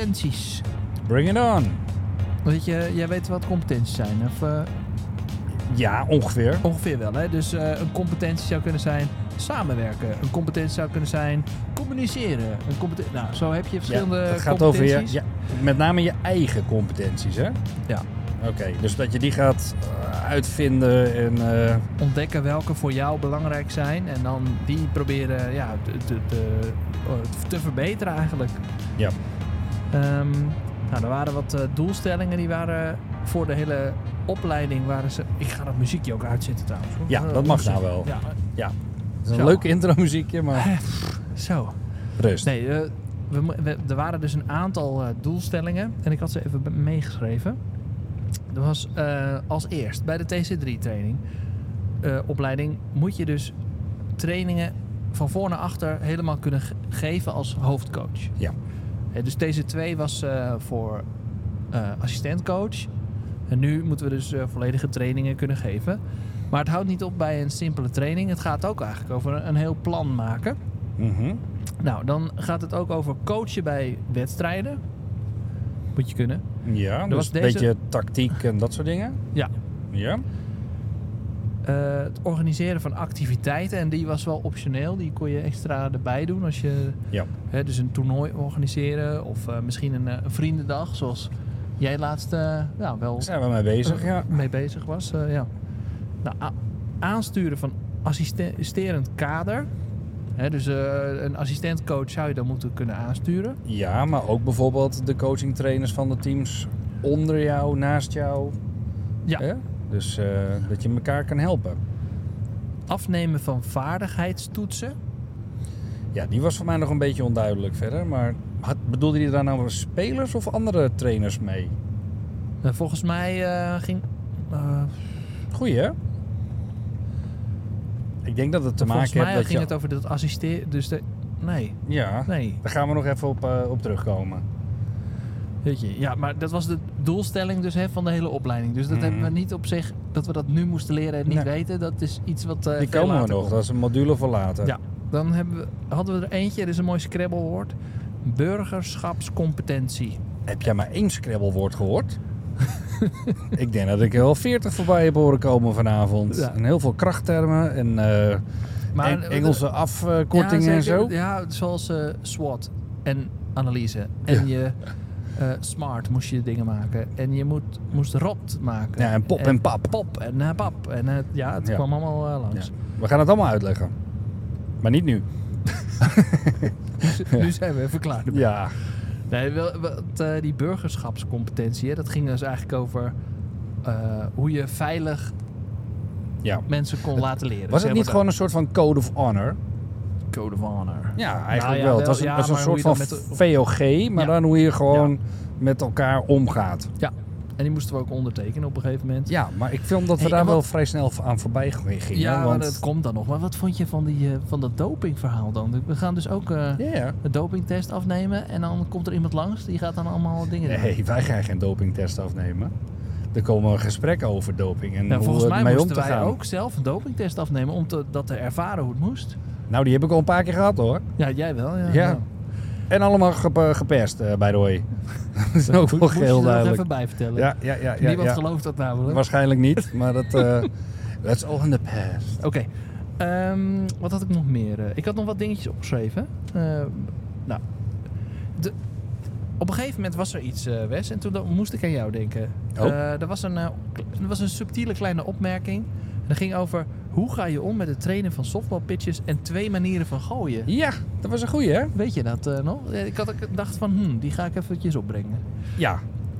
Speaker 1: competenties.
Speaker 2: Bring it on!
Speaker 1: Weet je, jij weet wat competenties zijn? Of, uh,
Speaker 2: Ja, ongeveer.
Speaker 1: Ongeveer wel, hè? Dus uh, een competentie zou kunnen zijn samenwerken. Een competentie zou kunnen zijn communiceren. Een competen- nou, zo heb je verschillende
Speaker 2: ja, het gaat
Speaker 1: competenties.
Speaker 2: over je, ja, met name je eigen competenties, hè?
Speaker 1: Ja.
Speaker 2: Oké, okay, dus dat je die gaat uh, uitvinden en... Uh...
Speaker 1: ontdekken welke voor jou belangrijk zijn. En dan die proberen ja, te, te, te, te verbeteren eigenlijk.
Speaker 2: Ja.
Speaker 1: Um, nou, er waren wat uh, doelstellingen die waren voor de hele opleiding. Waren ze, ik ga dat muziekje ook uitzetten trouwens. Hoor.
Speaker 2: Ja, dat mag nou wel.
Speaker 1: Ja.
Speaker 2: ja. Het is een
Speaker 1: Zo.
Speaker 2: leuk intro muziekje, maar...
Speaker 1: Zo.
Speaker 2: Rust.
Speaker 1: Nee, uh, we, we, er waren dus een aantal uh, doelstellingen. En ik had ze even meegeschreven. Er was uh, als eerst bij de T C drie training, uh, opleiding, moet je dus trainingen van voor naar achter helemaal kunnen ge- geven als hoofdcoach.
Speaker 2: Ja.
Speaker 1: Uh, dus T C twee was uh, voor uh, assistentcoach. En nu moeten we dus uh, volledige trainingen kunnen geven. Maar het houdt niet op bij een simpele training. Het gaat ook eigenlijk over een, een heel plan maken.
Speaker 2: Mm-hmm.
Speaker 1: Nou, dan gaat het ook over coachen bij wedstrijden. Moet je kunnen.
Speaker 2: Ja,
Speaker 1: er
Speaker 2: dus
Speaker 1: was
Speaker 2: een
Speaker 1: deze...
Speaker 2: beetje tactiek en dat soort dingen.
Speaker 1: Ja.
Speaker 2: Ja.
Speaker 1: Uh, het organiseren van activiteiten. En die was wel optioneel. Die kon je extra erbij doen. Als je
Speaker 2: ja.
Speaker 1: hè, dus een toernooi organiseren. Of uh, misschien een, een vriendendag. Zoals jij laatst uh, ja, wel...
Speaker 2: Daar zijn we mee bezig,
Speaker 1: uh,
Speaker 2: ja.
Speaker 1: mee bezig was. Uh, ja. Nou, a- aansturen van assisterend kader. Hè, dus uh, een assistentcoach zou je dan moeten kunnen aansturen.
Speaker 2: Ja, maar ook bijvoorbeeld de coachingtrainers van de teams onder jou, naast jou.
Speaker 1: Ja.
Speaker 2: Hè? Dus uh, dat je elkaar kan helpen.
Speaker 1: Afnemen van vaardigheidstoetsen.
Speaker 2: Ja, die was voor mij nog een beetje onduidelijk verder. Maar had, bedoelde je daar nou spelers of andere trainers mee?
Speaker 1: Uh, volgens mij uh, ging... Uh,
Speaker 2: Goeie, hè? Ik denk dat het te maken heeft dat
Speaker 1: Volgens mij ging
Speaker 2: je...
Speaker 1: het over dat assisteren. Dus de... Nee.
Speaker 2: Ja,
Speaker 1: nee.
Speaker 2: Daar gaan we nog even op, uh, op terugkomen.
Speaker 1: Weet je, ja, maar dat was de doelstelling dus, hè, van de hele opleiding. Dus dat
Speaker 2: mm.
Speaker 1: hebben we niet op zich, dat we dat nu moesten leren en niet
Speaker 2: nee.
Speaker 1: weten. Dat is iets wat uh,
Speaker 2: Die komen we nog, komt. Dat is een module voor later.
Speaker 1: Ja, dan hebben we, hadden we er eentje, er is een mooi Scrabble-woord. Burgerschapscompetentie.
Speaker 2: Heb jij maar één Scrabble-woord gehoord? Ik denk dat ik er wel veertig voorbij heb horen komen vanavond. Ja. En heel veel krachttermen en uh, maar, en Engelse afkortingen
Speaker 1: ja,
Speaker 2: en zo.
Speaker 1: Ja, zoals uh, SWOT en analyse. En ja. je uh, smart moest je dingen maken. En je moet, moest rot maken.
Speaker 2: Ja, en pop en, en pap.
Speaker 1: Pop en uh, pap. En uh, ja, het ja. kwam allemaal uh, langs.
Speaker 2: Ja. We gaan het allemaal uitleggen. Maar niet nu.
Speaker 1: nu zijn we even klaar.
Speaker 2: Ja.
Speaker 1: Nee, wel, wat, uh, die burgerschapscompetentie, hè, dat ging dus eigenlijk over uh, hoe je veilig
Speaker 2: ja.
Speaker 1: mensen kon
Speaker 2: het,
Speaker 1: laten leren.
Speaker 2: Was het niet gewoon een soort van code of honor?
Speaker 1: Code of honor.
Speaker 2: Ja, eigenlijk
Speaker 1: nou, ja,
Speaker 2: wel.
Speaker 1: wel.
Speaker 2: Het was een,
Speaker 1: ja,
Speaker 2: was een soort van
Speaker 1: de...
Speaker 2: V O G, maar ja. dan hoe je gewoon ja. met elkaar omgaat.
Speaker 1: Ja, en die moesten we ook ondertekenen op een gegeven moment.
Speaker 2: Ja, maar ik vind dat we hey, daar wat... wel vrij snel aan voorbij gingen.
Speaker 1: Ja,
Speaker 2: want...
Speaker 1: maar dat komt dan nog. Maar wat vond je van, die, uh, van dat dopingverhaal dan? We gaan dus ook uh,
Speaker 2: yeah.
Speaker 1: een dopingtest afnemen en dan komt er iemand langs die gaat dan allemaal dingen doen.
Speaker 2: Nee, wij gaan geen dopingtest afnemen. Er komen gesprekken over doping en
Speaker 1: nou,
Speaker 2: hoe
Speaker 1: volgens mij
Speaker 2: mee
Speaker 1: moesten
Speaker 2: om te
Speaker 1: wij
Speaker 2: gaan.
Speaker 1: ook zelf een dopingtest afnemen om te, dat te ervaren hoe het moest.
Speaker 2: Nou, die heb ik al een paar keer gehad hoor.
Speaker 1: Ja, jij wel. Ja.
Speaker 2: ja.
Speaker 1: ja.
Speaker 2: En allemaal ge- geperst, uh, by the way. Dat is ook wel heel duidelijk.
Speaker 1: Moet je er even bij vertellen.
Speaker 2: Ja, ja, ja, ja,
Speaker 1: Niemand
Speaker 2: ja.
Speaker 1: gelooft dat namelijk.
Speaker 2: Waarschijnlijk niet, maar dat... Uh, that's all in the past.
Speaker 1: Oké. Okay. Um, wat had ik nog meer? Uh, ik had nog wat dingetjes opgeschreven. Uh, nou. De, op een gegeven moment was er iets, uh, Wes. En toen moest ik aan jou denken.
Speaker 2: Oh.
Speaker 1: Uh, er, was een, uh, er was een subtiele kleine opmerking. En dat ging over... Hoe ga je om met het trainen van softballpitches en twee manieren van gooien?
Speaker 2: Ja, dat was een goeie, hè?
Speaker 1: Weet je dat uh, nog? Ik had dacht van, hm, die ga ik eventjes opbrengen.
Speaker 2: Ja.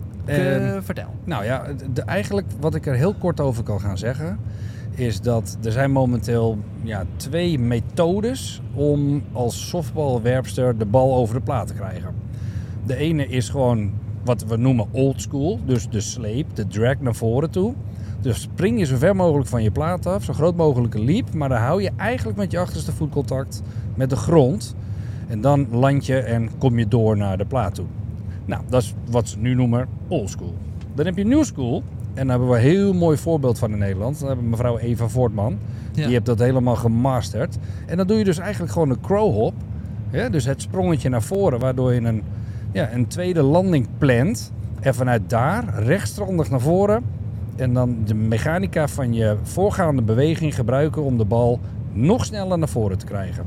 Speaker 1: Uh, um, vertel.
Speaker 2: Nou ja, de, eigenlijk wat ik er heel kort over kan gaan zeggen... is dat er zijn momenteel ja, twee methodes... om als softballwerpster de bal over de plaat te krijgen. De ene is gewoon wat we noemen old school. Dus de sleep, de drag naar voren toe... Dus spring je zo ver mogelijk van je plaat af, zo groot mogelijke leap, maar dan hou je eigenlijk met je achterste voet contact met de grond. En dan land je en kom je door naar de plaat toe. Nou, dat is wat ze nu noemen old school. Dan heb je new school, en daar hebben we een heel mooi voorbeeld van in Nederland. Dan hebben we mevrouw Eva Voortman, ja. Die heeft dat helemaal gemasterd. En dan doe je dus eigenlijk gewoon een crow hop, ja, dus het sprongetje naar voren, waardoor je een, ja, een tweede landing plant. En vanuit daar, rechtstrandig naar voren... En dan de mechanica van je voorgaande beweging gebruiken om de bal nog sneller naar voren te krijgen.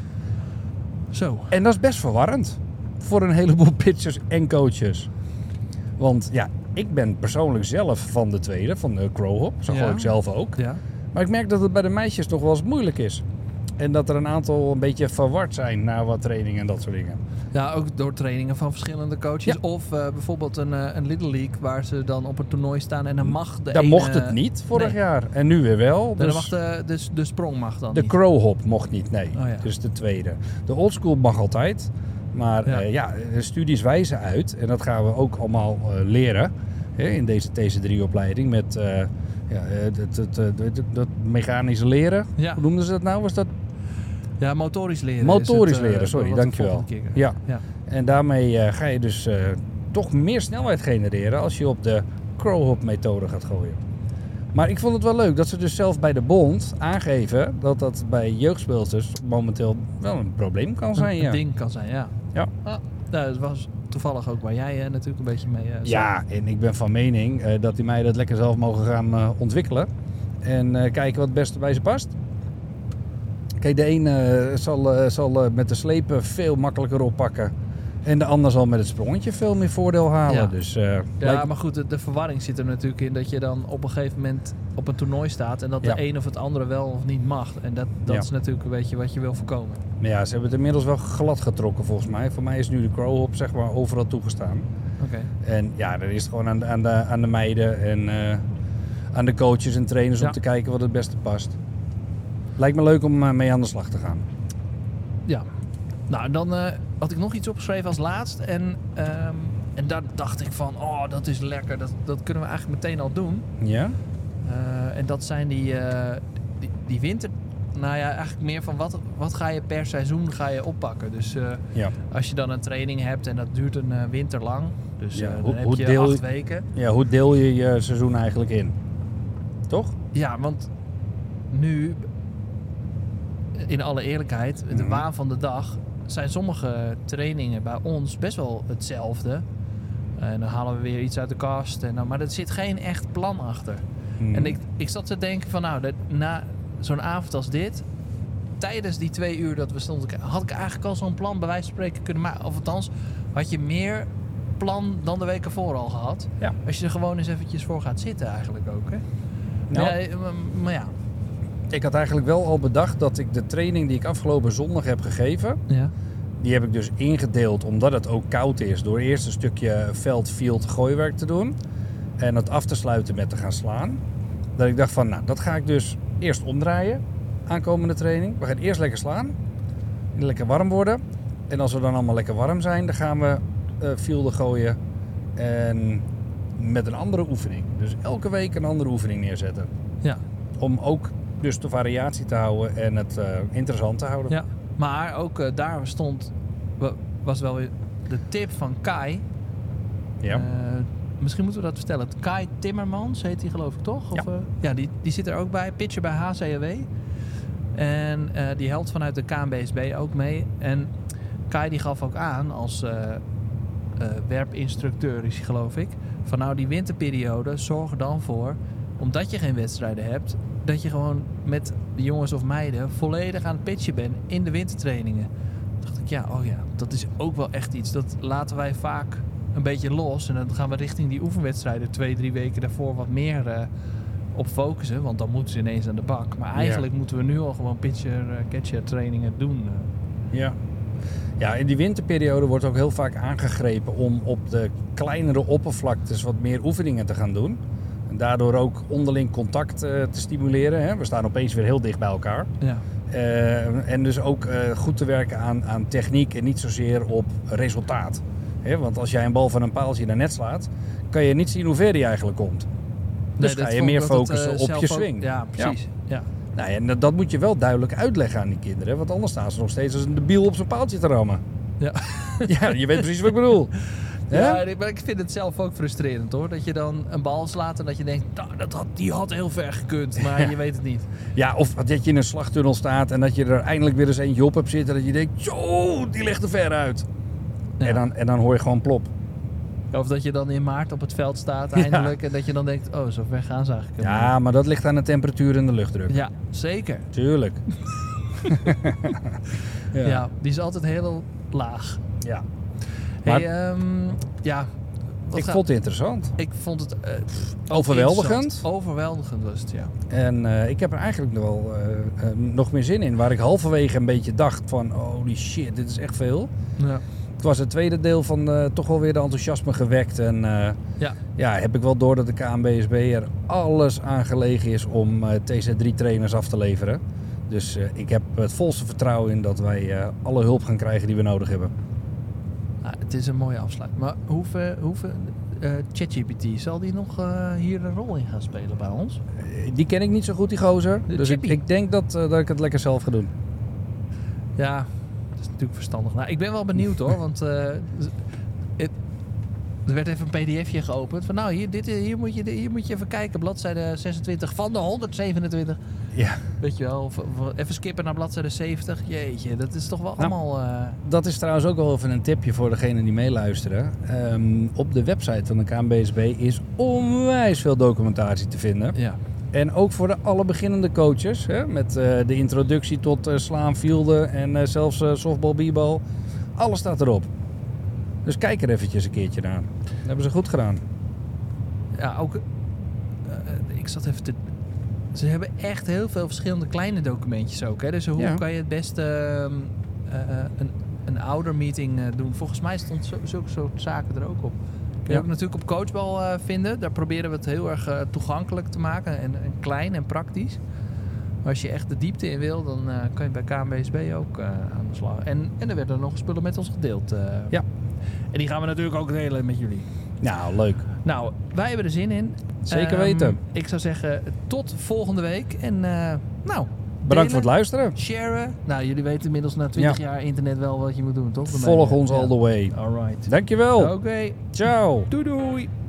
Speaker 1: Zo.
Speaker 2: En dat is best verwarrend voor een heleboel pitchers en coaches. Want ja, ik ben persoonlijk zelf van de tweede, van de crowhop. Zo gooi
Speaker 1: Ja.
Speaker 2: ik zelf ook.
Speaker 1: Ja.
Speaker 2: Maar ik merk dat het bij de meisjes toch wel eens moeilijk is. En dat er een aantal een beetje verward zijn na wat training en dat soort dingen.
Speaker 1: Ja, ook door trainingen van verschillende coaches.
Speaker 2: Ja.
Speaker 1: Of uh, bijvoorbeeld een, uh, een Little League waar ze dan op een toernooi staan en dan mag de
Speaker 2: Daar
Speaker 1: ene...
Speaker 2: mocht het niet vorig
Speaker 1: nee.
Speaker 2: jaar. En nu weer wel.
Speaker 1: Dan
Speaker 2: Dus
Speaker 1: mag de, de, de sprong mag dan
Speaker 2: de
Speaker 1: niet.
Speaker 2: crowhop mocht niet, nee.
Speaker 1: Oh ja.
Speaker 2: Dus de tweede. De oldschool mag altijd. Maar
Speaker 1: Ja.
Speaker 2: ja. Uh, ja, de studies wijzen uit. En dat gaan we ook allemaal uh, leren. Hè, in deze T C drie opleiding. Met uh, ja, het, het, het, het, het mechanische leren.
Speaker 1: Ja.
Speaker 2: Hoe noemden ze dat nou? Was dat
Speaker 1: Ja, motorisch leren.
Speaker 2: motorisch
Speaker 1: is het, uh,
Speaker 2: leren, sorry,
Speaker 1: wat we
Speaker 2: dankjewel.
Speaker 1: volgende keer-
Speaker 2: Ja.
Speaker 1: ja.
Speaker 2: En daarmee uh, ga je dus uh, toch meer snelheid genereren als je op de crowhop methode gaat gooien. Maar ik vond het wel leuk dat ze dus zelf bij de bond aangeven dat dat bij jeugdspeelsters momenteel wel een probleem kan zijn.
Speaker 1: Een,
Speaker 2: Ja,
Speaker 1: een ding kan zijn, ja.
Speaker 2: Ja.
Speaker 1: Ah, nou, dat was toevallig ook waar jij uh, natuurlijk een beetje mee uh, zat.
Speaker 2: ja, en ik ben van mening uh, dat die meiden het lekker zelf mogen gaan uh, ontwikkelen. En uh, kijken wat het beste bij ze past. Kijk, de een uh, zal, uh, zal uh, met de slepen veel makkelijker oppakken. En de ander zal met het sprongetje veel meer voordeel halen.
Speaker 1: Ja.
Speaker 2: Dus, uh,
Speaker 1: Ja,
Speaker 2: lijkt-
Speaker 1: maar goed, de, de verwarring zit er natuurlijk in dat je dan op een gegeven moment op een toernooi staat en dat
Speaker 2: Ja.
Speaker 1: de een of het andere wel of niet mag. En dat, dat
Speaker 2: Ja.
Speaker 1: is natuurlijk een beetje wat je wil voorkomen.
Speaker 2: Maar ja, ze hebben het inmiddels wel glad getrokken volgens mij. Voor mij is nu de crowhop zeg maar overal toegestaan.
Speaker 1: Oké.
Speaker 2: En ja, dan is het gewoon aan de, aan de, aan de meiden en uh, aan de coaches en trainers
Speaker 1: Ja.
Speaker 2: om te kijken wat het beste past. Lijkt me leuk om uh, mee aan de slag te gaan.
Speaker 1: Ja. Nou, dan uh, had ik nog iets opgeschreven als laatst. En, um, en daar dacht ik van, oh, dat is lekker. Dat, dat kunnen we eigenlijk meteen al doen.
Speaker 2: Ja?
Speaker 1: Uh, en dat zijn die, uh, die, die winter... Nou ja, eigenlijk meer van wat, wat ga je per seizoen ga je oppakken. Dus uh,
Speaker 2: Ja.
Speaker 1: als je dan een training hebt en dat duurt een uh, winter lang. Dus
Speaker 2: Ja,
Speaker 1: uh, dan
Speaker 2: hoe-
Speaker 1: heb
Speaker 2: hoe
Speaker 1: je
Speaker 2: deel je-
Speaker 1: acht weken.
Speaker 2: Ja, hoe deel je je seizoen eigenlijk in? Toch?
Speaker 1: Ja, want nu, in alle eerlijkheid, de
Speaker 2: Mhm.
Speaker 1: waan van de dag, zijn sommige trainingen bij ons best wel hetzelfde. En dan halen we weer iets uit de kast. En dan, maar er zit geen echt plan achter.
Speaker 2: Hmm.
Speaker 1: En ik, ik zat te denken van nou, dat, na zo'n avond als dit, tijdens die twee uur dat we stonden, had ik eigenlijk al zo'n plan bij wijze van spreken kunnen maken. Of althans, had je meer plan dan de weken voor al gehad.
Speaker 2: Ja.
Speaker 1: Als je er gewoon eens eventjes voor gaat zitten eigenlijk ook. Hè?
Speaker 2: Nou,
Speaker 1: Maar, ja, maar, maar ja.
Speaker 2: ik had eigenlijk wel al bedacht dat ik de training die ik afgelopen zondag heb gegeven,
Speaker 1: Ja.
Speaker 2: die heb ik dus ingedeeld omdat het ook koud is. Door eerst een stukje veld-field gooiwerk te doen en het af te sluiten met te gaan slaan. Dat ik dacht van, nou, dat ga ik dus eerst omdraaien, aankomende training. We gaan eerst lekker slaan, lekker warm worden. En als we dan allemaal lekker warm zijn, dan gaan we uh, fielden gooien en met een andere oefening. Dus elke week een andere oefening neerzetten.
Speaker 1: Ja.
Speaker 2: Om ook dus de variatie te houden en het uh, interessant te houden.
Speaker 1: Ja. Maar ook uh, daar stond, was wel weer de tip van Kai.
Speaker 2: Ja.
Speaker 1: Uh, misschien moeten we dat vertellen. Kai Timmermans heet hij geloof ik toch? Of,
Speaker 2: Ja.
Speaker 1: uh, ja, die, die zit er ook bij. Pitcher bij H C A W. En uh, die helpt vanuit de K N B S B ook mee. En Kai die gaf ook aan als uh, uh, werpinstructeur is hij geloof ik. Van nou die winterperiode zorg er dan voor, omdat je geen wedstrijden hebt, dat je gewoon met de jongens of meiden volledig aan het pitchen bent in de wintertrainingen. Toen dacht ik ja, oh ja, dat is ook wel echt iets. Dat laten wij vaak een beetje los. En dan gaan we richting die oefenwedstrijden twee, drie weken daarvoor wat meer uh, op focussen. Want dan moeten ze ineens aan de bak. Maar eigenlijk ja. moeten we nu al gewoon pitcher-catcher uh, trainingen doen. Uh.
Speaker 2: Ja. Ja, in die winterperiode wordt ook heel vaak aangegrepen om op de kleinere oppervlaktes wat meer oefeningen te gaan doen. En daardoor ook onderling contact uh, te stimuleren. Hè. We staan opeens weer heel dicht bij elkaar.
Speaker 1: Ja.
Speaker 2: Uh, en dus ook uh, goed te werken aan, aan techniek en niet zozeer op resultaat. Hè, want als jij een bal van een paaltje naar net slaat, kan je niet zien hoe ver die eigenlijk komt. Dus nee, ga je meer focussen het, uh, op je swing.
Speaker 1: Ja, precies. Ja. Ja.
Speaker 2: Nou, en dat moet je wel duidelijk uitleggen aan die kinderen. Want anders staan ze nog steeds als een debiel op zijn paaltje te rammen.
Speaker 1: Ja,
Speaker 2: ja je weet precies wat ik bedoel.
Speaker 1: Ja, ja, maar ik vind het zelf ook frustrerend hoor. Dat je dan een bal slaat en dat je denkt, nou, dat had, die had heel ver gekund. Maar ja. je weet het niet.
Speaker 2: Ja, of dat je in een slagtunnel staat en dat je er eindelijk weer eens eentje op hebt zitten. Dat je denkt, zo, die ligt er ver uit. Ja. En, dan, en dan hoor je gewoon plop.
Speaker 1: Of dat je dan in maart op het veld staat eindelijk. Ja. En dat je dan denkt, oh, zo ver gaan ze eigenlijk.
Speaker 2: Ja, maar dat ligt aan de temperatuur en de luchtdruk.
Speaker 1: Ja, zeker.
Speaker 2: Tuurlijk.
Speaker 1: ja. ja, die is altijd heel laag.
Speaker 2: Ja.
Speaker 1: Maar, hey, um, ja...
Speaker 2: Ik gaat... vond het interessant.
Speaker 1: Ik vond het uh, pff,
Speaker 2: overweldigend.
Speaker 1: Overweldigend was het, ja.
Speaker 2: En uh, ik heb er eigenlijk nog wel uh, uh, nog meer zin in. Waar ik halverwege een beetje dacht van, holy shit, dit is echt veel. Ja. Het was het tweede deel van uh, toch wel weer de enthousiasme gewekt. En uh, ja. ja, heb ik wel door dat de K N B S B er alles aan gelegen is om uh, T Z drie trainers af te leveren. Dus uh, ik heb het volste vertrouwen in dat wij uh, alle hulp gaan krijgen die we nodig hebben.
Speaker 1: Nou, het is een mooie afsluiting. Maar hoeveel, hoeveel uh, ChatGPT, zal die nog uh, hier een rol in gaan spelen bij ons?
Speaker 2: Die ken ik niet zo goed, die gozer.
Speaker 1: De
Speaker 2: dus ik, ik denk dat, uh, dat ik het lekker zelf ga doen.
Speaker 1: Ja, dat is natuurlijk verstandig. Nou, ik ben wel benieuwd hoor, want uh, het, er werd even een pdfje geopend. Van nou, hier, dit, hier, moet je, hier moet je even kijken. Bladzijde zesentwintig van de honderdzevenentwintig.
Speaker 2: Ja.
Speaker 1: Weet je wel, of, of even skippen naar bladzijde zeventig. Jeetje, dat is toch wel nou, allemaal... Uh...
Speaker 2: Dat is trouwens ook wel even een tipje voor degenen die meeluisteren. Um, op de website van de K N B S B is onwijs veel documentatie te vinden.
Speaker 1: Ja.
Speaker 2: En ook voor de alle beginnende coaches. Hè, met uh, de introductie tot uh, slaan, fielden en uh, zelfs uh, softbal, b-ball. Alles staat erop. Dus kijk er eventjes een keertje naar. Dat hebben ze goed gedaan.
Speaker 1: Ja, ook... Uh, ik zat even te... Ze hebben echt heel veel verschillende kleine documentjes ook. Hè? Dus hoe ja. kan je het beste uh, uh, een, een oudermeeting uh, doen? Volgens mij stond zo, zulke soort zaken er ook op. Kun je ja. ook natuurlijk op Coachbal uh, vinden. Daar proberen we het heel erg uh, toegankelijk te maken. En, en klein en praktisch. Maar als je echt de diepte in wil, dan uh, kan je bij K N B S B ook uh, aan de slag. En, en er werden nog spullen met ons gedeeld. Uh.
Speaker 2: Ja.
Speaker 1: En die gaan we natuurlijk ook delen met jullie.
Speaker 2: Nou, leuk.
Speaker 1: Nou, wij hebben er zin in.
Speaker 2: Zeker weten.
Speaker 1: Um, ik zou zeggen, tot volgende week. En uh, nou,
Speaker 2: bedankt
Speaker 1: delen,
Speaker 2: voor het luisteren.
Speaker 1: Sharen. Nou, jullie weten inmiddels na twintig ja. jaar internet wel wat je moet doen, toch?
Speaker 2: Volg ons ja. all the way.
Speaker 1: Alright.
Speaker 2: Dankjewel.
Speaker 1: Oké. Okay.
Speaker 2: Ciao.
Speaker 1: Doei doei.